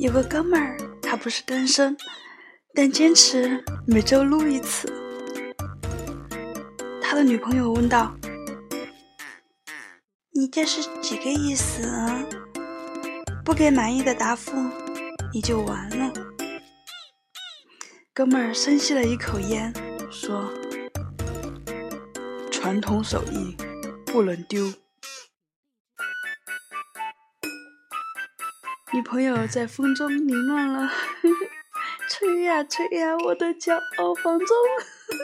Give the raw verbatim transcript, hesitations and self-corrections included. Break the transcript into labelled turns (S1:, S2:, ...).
S1: 有个哥们儿，他不是单身，但坚持每周录一次。他的女朋友问道：你这是几个意思啊？不给满意的答复你就完了。哥们儿深吸了一口烟，说：传统手艺不能丢。女朋友在风中凌乱了，吹呀吹呀，我的骄傲放纵。